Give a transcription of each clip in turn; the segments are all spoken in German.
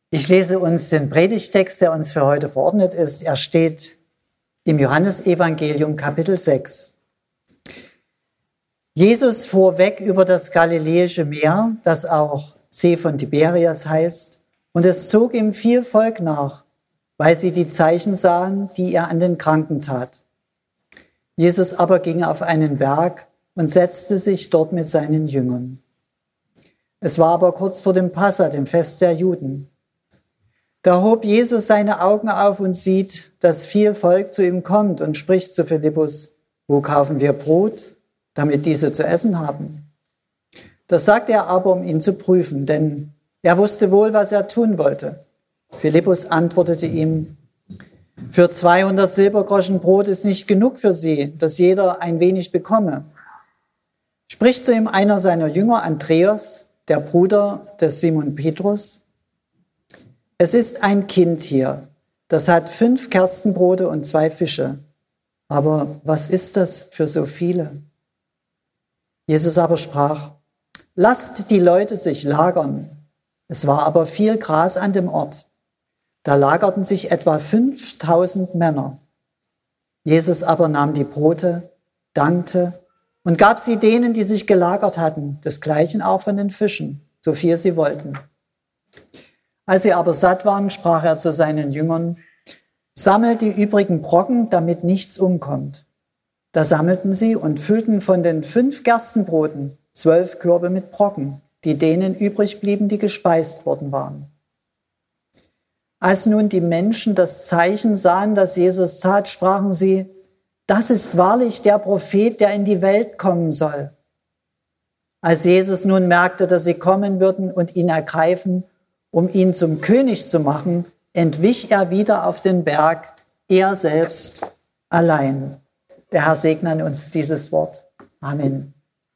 Ich lese uns den Predigtext, der uns für heute verordnet ist. Er steht im Johannesevangelium Kapitel 6. Jesus fuhr weg über das Galiläische Meer, das auch See von Tiberias heißt, und es zog ihm viel Volk nach, weil sie die Zeichen sahen, die er an den Kranken tat. Jesus aber ging auf einen Berg und setzte sich dort mit seinen Jüngern. Es war aber kurz vor dem Passa, dem Fest der Juden. Da hob Jesus seine Augen auf und sieht, dass viel Volk zu ihm kommt und spricht zu Philippus: Wo kaufen wir Brot, damit diese zu essen haben? Das sagte er aber, um ihn zu prüfen, denn er wusste wohl, was er tun wollte. Philippus antwortete ihm: Für 200 Silbergroschen Brot ist nicht genug für sie, dass jeder ein wenig bekomme. Spricht zu ihm einer seiner Jünger, Andreas, der Bruder des Simon Petrus: Es ist ein Kind hier, das hat 5 Gerstenbrote und 2 Fische. Aber was ist das für so viele? Jesus aber sprach: Lasst die Leute sich lagern. Es war aber viel Gras an dem Ort. Da lagerten sich etwa 5000 Männer. Jesus aber nahm die Brote, dankte und gab sie denen, die sich gelagert hatten, desgleichen auch von den Fischen, so viel sie wollten. Als sie aber satt waren, sprach er zu seinen Jüngern: Sammelt die übrigen Brocken, damit nichts umkommt. Da sammelten sie und füllten von den 5 Gerstenbroten 12 Körbe mit Brocken, die denen übrig blieben, die gespeist worden waren. Als nun die Menschen das Zeichen sahen, das Jesus tat, sprachen sie: Das ist wahrlich der Prophet, der in die Welt kommen soll. Als Jesus nun merkte, dass sie kommen würden und ihn ergreifen, um ihn zum König zu machen, entwich er wieder auf den Berg, er selbst allein. Der Herr segne an uns dieses Wort. Amen.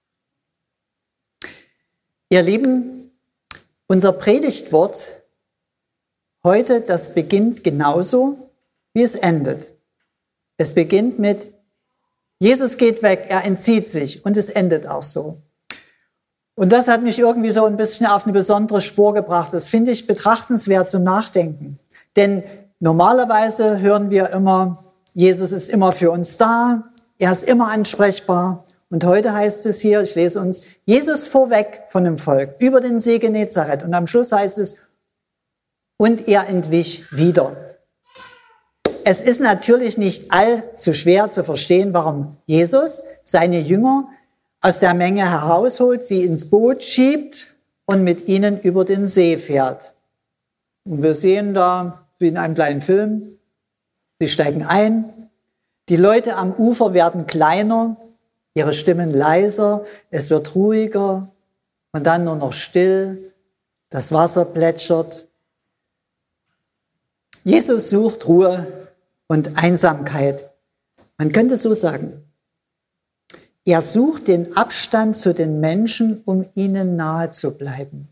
Ihr Lieben, unser Predigtwort heute, das beginnt genauso, wie es endet. Es beginnt mit: Jesus geht weg, er entzieht sich, und es endet auch so. Und das hat mich irgendwie so ein bisschen auf eine besondere Spur gebracht. Das finde ich betrachtenswert zum Nachdenken. Denn normalerweise hören wir immer, Jesus ist immer für uns da, er ist immer ansprechbar. Und heute heißt es hier, ich lese uns: Jesus fuhr weg von dem Volk über den See Genezareth. Und am Schluss heißt es: Und er entwich wieder. Es ist natürlich nicht allzu schwer zu verstehen, warum Jesus seine Jünger aus der Menge herausholt, sie ins Boot schiebt und mit ihnen über den See fährt. Und wir sehen da, wie in einem kleinen Film, sie steigen ein, die Leute am Ufer werden kleiner, ihre Stimmen leiser, es wird ruhiger und dann nur noch still, das Wasser plätschert. Jesus sucht Ruhe und Einsamkeit. Man könnte so sagen: Er sucht den Abstand zu den Menschen, um ihnen nahe zu bleiben.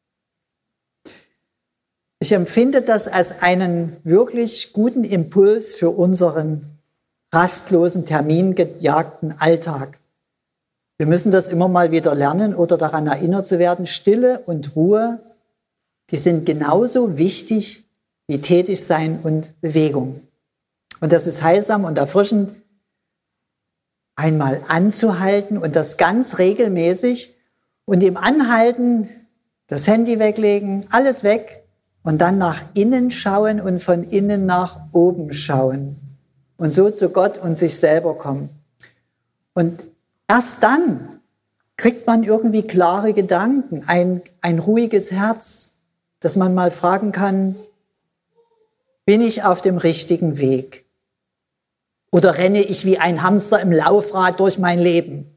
Ich empfinde das als einen wirklich guten Impuls für unseren rastlosen, termingejagten Alltag. Wir müssen das immer mal wieder lernen oder daran erinnert zu werden: Stille und Ruhe, die sind genauso wichtig wie Tätigsein und Bewegung. Und das ist heilsam und erfrischend, einmal anzuhalten und das ganz regelmäßig und im Anhalten das Handy weglegen, alles weg und dann nach innen schauen und von innen nach oben schauen und so zu Gott und sich selber kommen. Und erst dann kriegt man irgendwie klare Gedanken, ein ruhiges Herz, dass man mal fragen kann: Bin ich auf dem richtigen Weg? Oder renne ich wie ein Hamster im Laufrad durch mein Leben?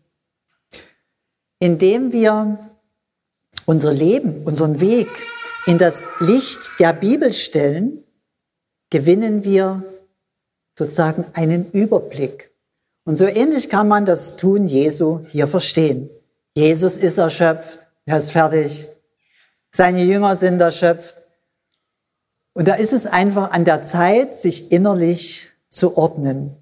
Indem wir unser Leben, unseren Weg in das Licht der Bibel stellen, gewinnen wir sozusagen einen Überblick. Und so ähnlich kann man das Tun Jesu hier verstehen. Jesus ist erschöpft, er ist fertig. Seine Jünger sind erschöpft. Und da ist es einfach an der Zeit, sich innerlich zu ordnen.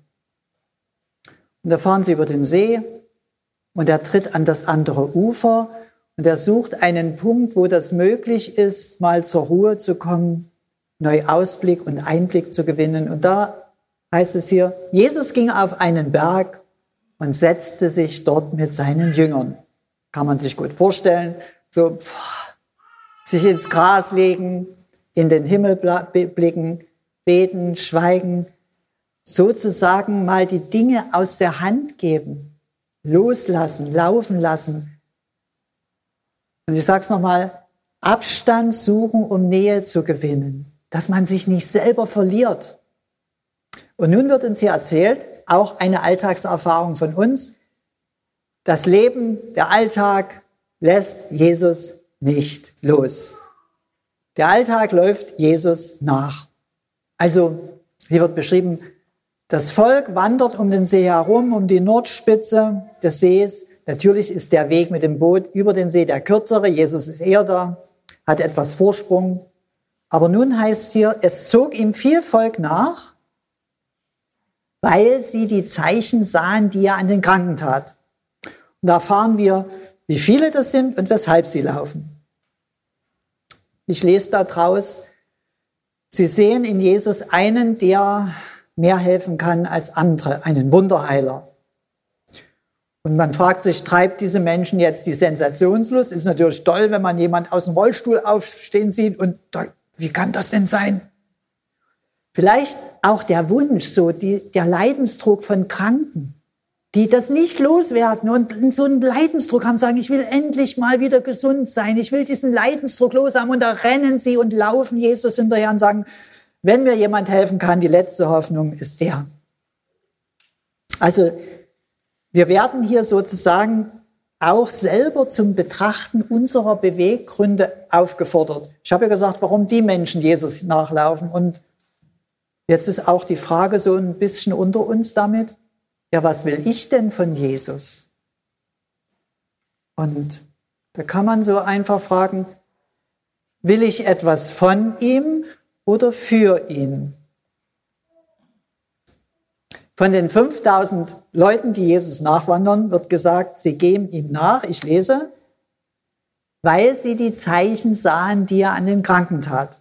Und da fahren sie über den See und er tritt an das andere Ufer Und er sucht einen Punkt, wo das möglich ist, mal zur Ruhe zu kommen, neu Ausblick und Einblick zu gewinnen. Und da heißt es hier, Jesus ging auf einen Berg und setzte sich dort mit seinen Jüngern. Kann man sich gut vorstellen, so sich ins Gras legen, in den Himmel blicken, beten, schweigen, sozusagen mal die Dinge aus der Hand geben, loslassen, laufen lassen. Und ich sage es nochmal, Abstand suchen, um Nähe zu gewinnen, dass man sich nicht selber verliert. Und nun wird uns hier erzählt, auch eine Alltagserfahrung von uns, das Leben, der Alltag lässt Jesus nicht los. Der Alltag läuft Jesus nach. Also, hier wird beschrieben, das Volk wandert um den See herum, um die Nordspitze des Sees. Natürlich ist der Weg mit dem Boot über den See der kürzere. Jesus ist eher da, hat etwas Vorsprung. Aber nun heißt hier, es zog ihm viel Volk nach, weil sie die Zeichen sahen, die er an den Kranken tat. Und da erfahren wir, wie viele das sind und weshalb sie laufen. Ich lese da draus, sie sehen in Jesus einen, der mehr helfen kann als andere, einen Wunderheiler. Und man fragt sich, treibt diese Menschen jetzt die Sensationslust? Ist natürlich toll, wenn man jemanden aus dem Rollstuhl aufstehen sieht und wie kann das denn sein? Vielleicht auch der Wunsch, der Leidensdruck von Kranken, die das nicht loswerden und so einen Leidensdruck haben, sagen, ich will endlich mal wieder gesund sein, ich will diesen Leidensdruck los haben und da rennen sie und laufen Jesus hinterher und sagen, wenn mir jemand helfen kann, die letzte Hoffnung ist der. Also wir werden hier sozusagen auch selber zum Betrachten unserer Beweggründe aufgefordert. Ich habe ja gesagt, warum die Menschen Jesus nachlaufen. Und jetzt ist auch die Frage so ein bisschen unter uns damit, ja, was will ich denn von Jesus? Und da kann man so einfach fragen, will ich etwas von ihm oder für ihn? Von den 5000 Leuten, die Jesus nachwandern, wird gesagt, sie gehen ihm nach, ich lese, weil sie die Zeichen sahen, die er an den Kranken tat.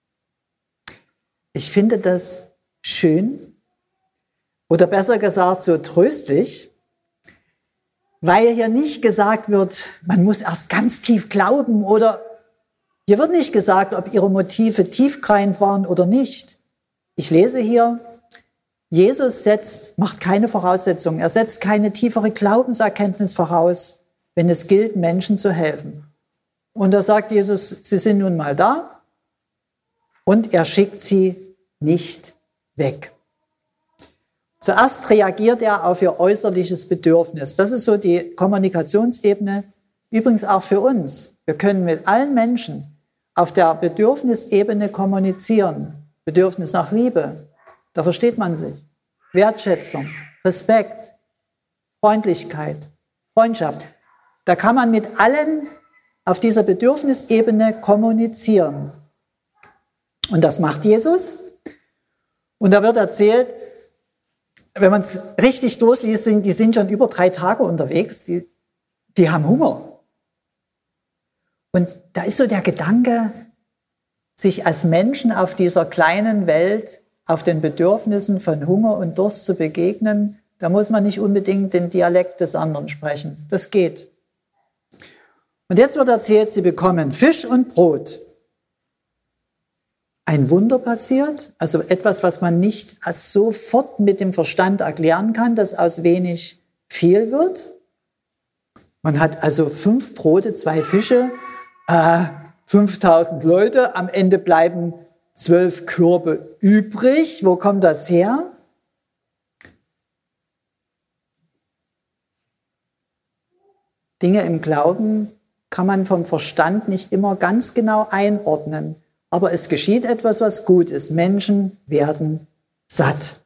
Ich finde das schön oder besser gesagt so tröstlich, weil hier nicht gesagt wird, man muss erst ganz tief glauben oder hier wird nicht gesagt, ob ihre Motive tiefgreifend waren oder nicht. Ich lese hier, Jesus macht keine Voraussetzungen, er setzt keine tiefere Glaubenserkenntnis voraus, wenn es gilt, Menschen zu helfen. Und da sagt Jesus, sie sind nun mal da und er schickt sie nicht weg. Zuerst reagiert er auf ihr äußerliches Bedürfnis. Das ist so die Kommunikationsebene, übrigens auch für uns. Wir können mit allen Menschen auf der Bedürfnisebene kommunizieren. Bedürfnis nach Liebe, da versteht man sich. Wertschätzung, Respekt, Freundlichkeit, Freundschaft. Da kann man mit allen auf dieser Bedürfnisebene kommunizieren. Und das macht Jesus. Und da wird erzählt, wenn man es richtig durchliest, die sind schon über 3 Tage unterwegs, die haben Hunger. Und da ist so der Gedanke, sich als Menschen auf dieser kleinen Welt auf den Bedürfnissen von Hunger und Durst zu begegnen, da muss man nicht unbedingt den Dialekt des anderen sprechen. Das geht. Und jetzt wird erzählt, sie bekommen Fisch und Brot. Ein Wunder passiert, also etwas, was man nicht sofort mit dem Verstand erklären kann, dass aus wenig viel wird. Man hat also 5 Brote, 2 Fische, 5000 Leute, am Ende bleiben 12 Körbe übrig. Wo kommt das her? Dinge im Glauben kann man vom Verstand nicht immer ganz genau einordnen. Aber es geschieht etwas, was gut ist. Menschen werden satt.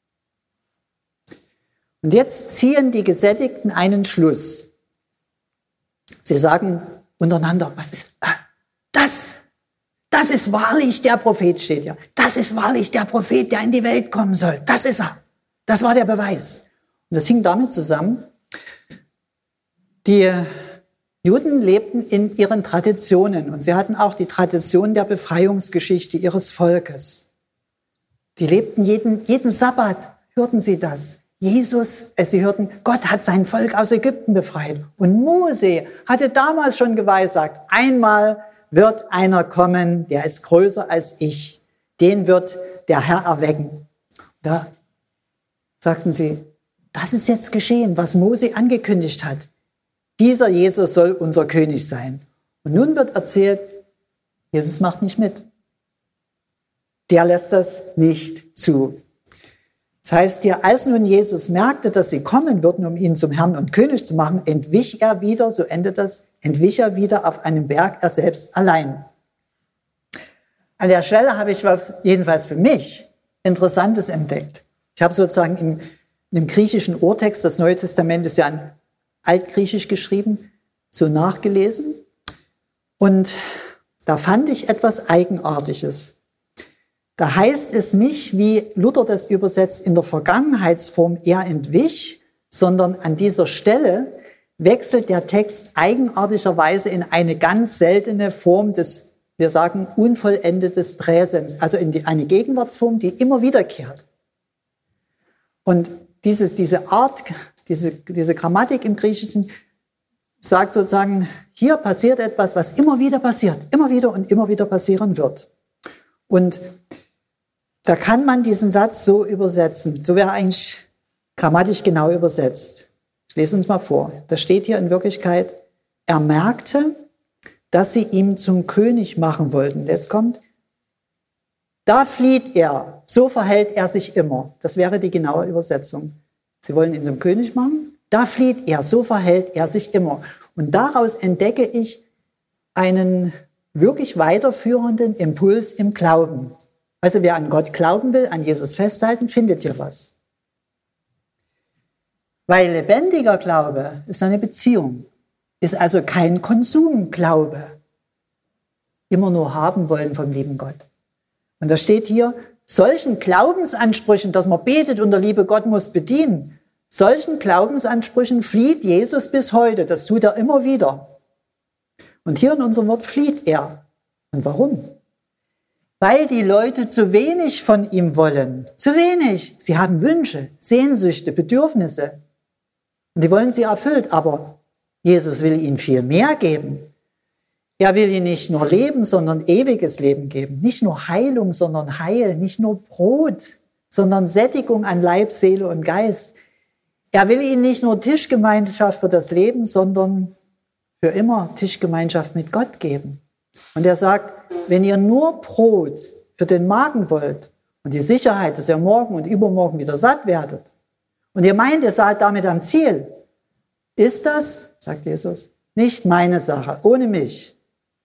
Und jetzt ziehen die Gesättigten einen Schluss. Sie sagen untereinander, was ist das? Das ist wahrlich der Prophet, steht ja. Das ist wahrlich der Prophet, der in die Welt kommen soll. Das ist er. Das war der Beweis. Und das hing damit zusammen, die Juden lebten in ihren Traditionen und sie hatten auch die Tradition der Befreiungsgeschichte ihres Volkes. Die lebten jeden Sabbat, hörten sie das. Sie hörten, Gott hat sein Volk aus Ägypten befreit. Und Mose hatte damals schon geweissagt, einmal wird einer kommen, der ist größer als ich. Den wird der Herr erwecken. Da sagten sie, das ist jetzt geschehen, was Mose angekündigt hat. Dieser Jesus soll unser König sein. Und nun wird erzählt, Jesus macht nicht mit. Der lässt das nicht zu. Das heißt hier, als nun Jesus merkte, dass sie kommen würden, um ihn zum Herrn und König zu machen, entwich er wieder, so endet das, entwich er wieder auf einem Berg, er selbst allein. An der Stelle habe ich was, jedenfalls für mich, Interessantes entdeckt. Ich habe sozusagen in dem griechischen Urtext, das Neue Testament ist ja in Altgriechisch geschrieben, so nachgelesen. Und da fand ich etwas Eigenartiges. Da heißt es nicht, wie Luther das übersetzt, in der Vergangenheitsform er entwich, sondern an dieser Stelle wechselt der Text eigenartigerweise in eine ganz seltene Form des, wir sagen, unvollendetes Präsens, also in eine Gegenwartsform, die immer wiederkehrt. Und diese Grammatik im Griechischen sagt sozusagen, hier passiert etwas, was immer wieder passiert, immer wieder und immer wieder passieren wird. Und da kann man diesen Satz so übersetzen. So wäre eigentlich grammatisch genau übersetzt. Ich lese uns mal vor. Da steht hier in Wirklichkeit, er merkte, dass sie ihn zum König machen wollten. Jetzt kommt, da flieht er, so verhält er sich immer. Das wäre die genaue Übersetzung. Sie wollen ihn zum König machen, da flieht er, so verhält er sich immer. Und daraus entdecke ich einen wirklich weiterführenden Impuls im Glauben. Also wer an Gott glauben will, an Jesus festhalten, findet hier was. Weil lebendiger Glaube ist eine Beziehung, ist also kein Konsumglaube. Immer nur haben wollen vom lieben Gott. Und da steht hier, solchen Glaubensansprüchen, dass man betet und der liebe Gott muss bedienen, solchen Glaubensansprüchen flieht Jesus bis heute. Das tut er immer wieder. Und hier in unserem Wort flieht er. Und warum? Weil die Leute zu wenig von ihm wollen. Zu wenig. Sie haben Wünsche, Sehnsüchte, Bedürfnisse. Und die wollen sie erfüllt. Aber Jesus will ihnen viel mehr geben. Er will ihnen nicht nur Leben, sondern ewiges Leben geben. Nicht nur Heilung, sondern Heil. Nicht nur Brot, sondern Sättigung an Leib, Seele und Geist. Er will ihnen nicht nur Tischgemeinschaft für das Leben, sondern für immer Tischgemeinschaft mit Gott geben. Und er sagt, wenn ihr nur Brot für den Magen wollt und die Sicherheit, dass ihr morgen und übermorgen wieder satt werdet, und ihr meint, ihr seid damit am Ziel, ist das, sagt Jesus, nicht meine Sache, ohne mich.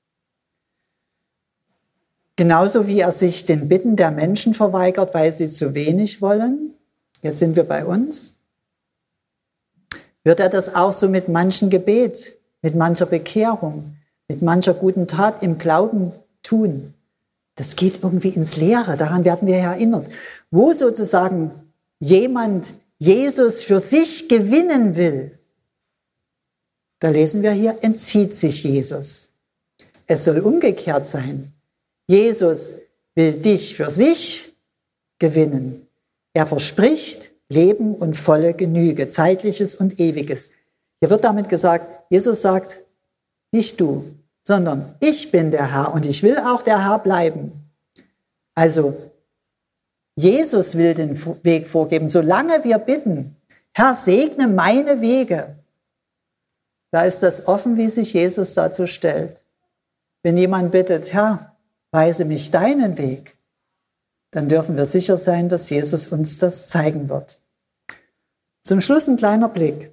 Genauso wie er sich den Bitten der Menschen verweigert, weil sie zu wenig wollen, jetzt sind wir bei uns, wird er das auch so mit manchen Gebet, mit mancher Bekehrung, mit mancher guten Tat im Glauben tun. Das geht irgendwie ins Leere, daran werden wir erinnert. Wo sozusagen jemand Jesus für sich gewinnen will, da lesen wir hier, entzieht sich Jesus. Es soll umgekehrt sein. Jesus will dich für sich gewinnen. Er verspricht Leben und volle Genüge, zeitliches und ewiges. Hier wird damit gesagt, Jesus sagt, nicht du, sondern ich bin der Herr und ich will auch der Herr bleiben. Also, Jesus will den Weg vorgeben. Solange wir bitten, Herr, segne meine Wege, da ist das offen, wie sich Jesus dazu stellt. Wenn jemand bittet, Herr, weise mich deinen Weg, dann dürfen wir sicher sein, dass Jesus uns das zeigen wird. Zum Schluss ein kleiner Blick.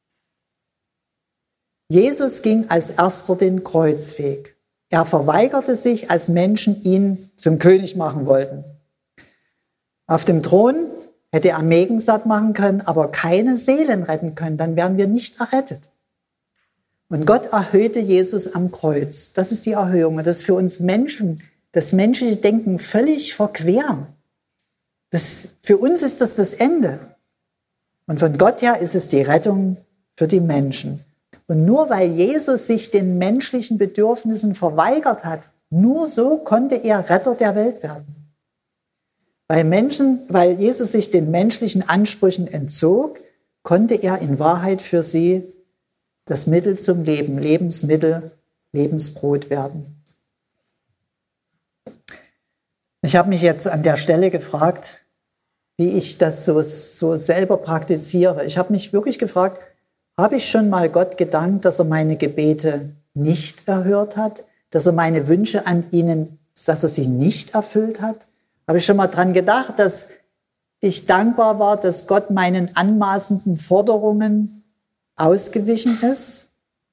Jesus ging als erster den Kreuzweg. Er verweigerte sich, als Menschen ihn zum König machen wollten. Auf dem Thron hätte er Mägen satt machen können, aber keine Seelen retten können, dann wären wir nicht errettet. Und Gott erhöhte Jesus am Kreuz. Das ist die Erhöhung. Und das ist für uns Menschen, das menschliche Denken völlig verquer. Für uns ist das Ende. Und von Gott her ist es die Rettung für die Menschen. Und nur weil Jesus sich den menschlichen Bedürfnissen verweigert hat, nur so konnte er Retter der Welt werden. Weil Jesus sich den menschlichen Ansprüchen entzog, konnte er in Wahrheit für sie das Mittel zum Leben, Lebensmittel, Lebensbrot werden. Ich habe mich jetzt an der Stelle gefragt, wie ich das so selber praktiziere. Ich habe mich wirklich gefragt, habe ich schon mal Gott gedankt, dass er meine Gebete nicht erhört hat, dass er meine Wünsche an ihnen, dass er sie nicht erfüllt hat? Habe ich schon mal dran gedacht, dass ich dankbar war, dass Gott meinen anmaßenden Forderungen ausgewichen ist?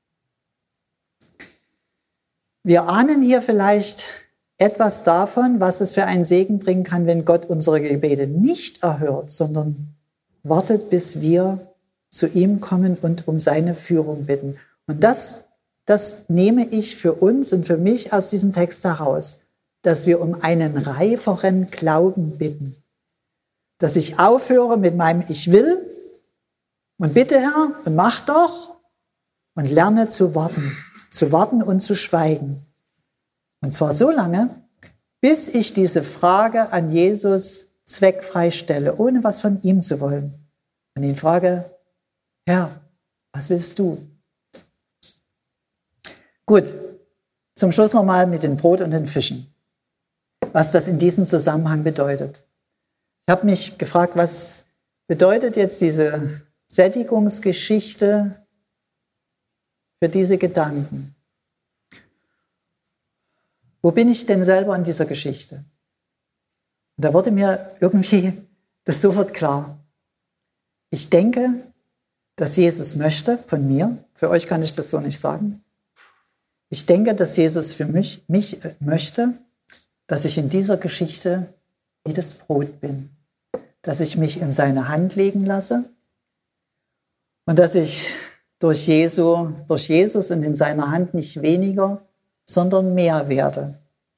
Wir ahnen hier vielleicht etwas davon, was es für einen Segen bringen kann, wenn Gott unsere Gebete nicht erhört, sondern wartet, bis wir zu ihm kommen und um seine Führung bitten. Und das nehme ich für uns und für mich aus diesem Text heraus, dass wir um einen reiferen Glauben bitten. Dass ich aufhöre mit meinem Ich will und bitte, Herr, und mach doch und lerne zu warten und zu schweigen. Und zwar so lange, bis ich diese Frage an Jesus zweckfrei stelle, ohne was von ihm zu wollen. Und ihn frage, Herr, was willst du? Gut, zum Schluss nochmal mit dem Brot und den Fischen. Was das in diesem Zusammenhang bedeutet. Ich habe mich gefragt, was bedeutet jetzt diese Sättigungsgeschichte für diese Gedanken? Wo bin ich denn selber in dieser Geschichte? Und da wurde mir irgendwie das sofort klar. Ich denke, dass Jesus möchte von mir, für euch kann ich das so nicht sagen, ich denke, dass Jesus für mich möchte, dass ich in dieser Geschichte wie das Brot bin, dass ich mich in seine Hand legen lasse und dass ich durch Jesus und in seiner Hand nicht weniger, sondern mehr werde.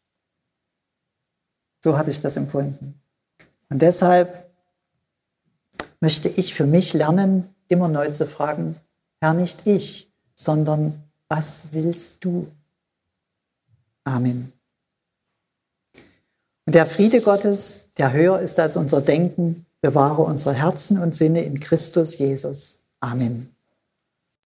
So habe ich das empfunden. Und deshalb möchte ich für mich lernen, immer neu zu fragen, Herr, nicht ich, sondern was willst du? Amen. Und der Friede Gottes, der höher ist als unser Denken, bewahre unsere Herzen und Sinne in Christus Jesus. Amen.